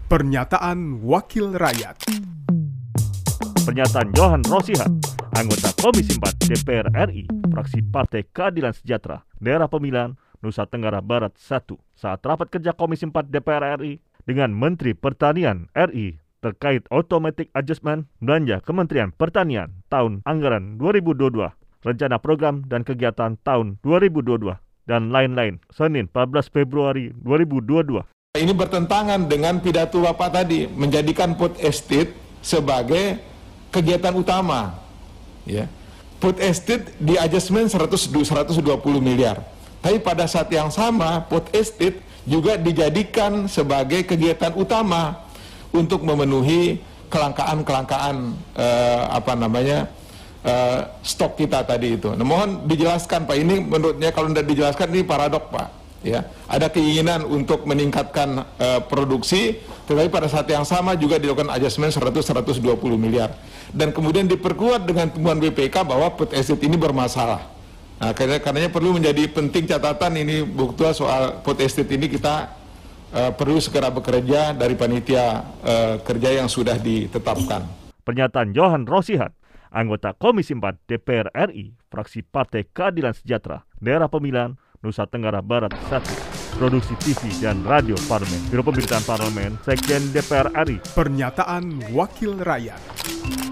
Pernyataan Wakil Rakyat. Pernyataan Johan Rosihat, anggota Komisi 4 DPR RI, fraksi Partai Keadilan Sejahtera, Daerah Pemilihan Nusa Tenggara Barat 1, saat rapat kerja Komisi 4 DPR RI dengan Menteri Pertanian RI terkait automatic adjustment belanja Kementerian Pertanian tahun anggaran 2022, rencana program dan kegiatan tahun 2022, dan lain-lain, Senin 14 Februari 2022. Ini bertentangan dengan pidato Bapak tadi, menjadikan food estate sebagai kegiatan utama. Ya. Food estate di adjustment 120 miliar. Tapi pada saat yang sama, food estate juga dijadikan sebagai kegiatan utama untuk memenuhi kelangkaan stok kita tadi itu. Nah, mohon dijelaskan Pak, ini menurutnya kalau tidak dijelaskan ini paradok Pak. Ya, ada keinginan untuk meningkatkan produksi, tetapi pada saat yang sama juga dilakukan adjustment 120 miliar. Dan kemudian diperkuat dengan temuan BPK bahwa food estate ini bermasalah. Nah, karenanya perlu menjadi penting catatan ini, Bu Ketua, soal food estate ini kita perlu segera bekerja dari panitia kerja yang sudah ditetapkan. Pernyataan Johan Rosihat, anggota Komisi 4 DPR RI, fraksi Partai Keadilan Sejahtera, Daerah Pemilihan Nusa Tenggara Barat 1, Produksi TV dan Radio Parlemen, Biro Pemberitaan Parlemen, Sekjen DPR RI. Pernyataan Wakil Rakyat.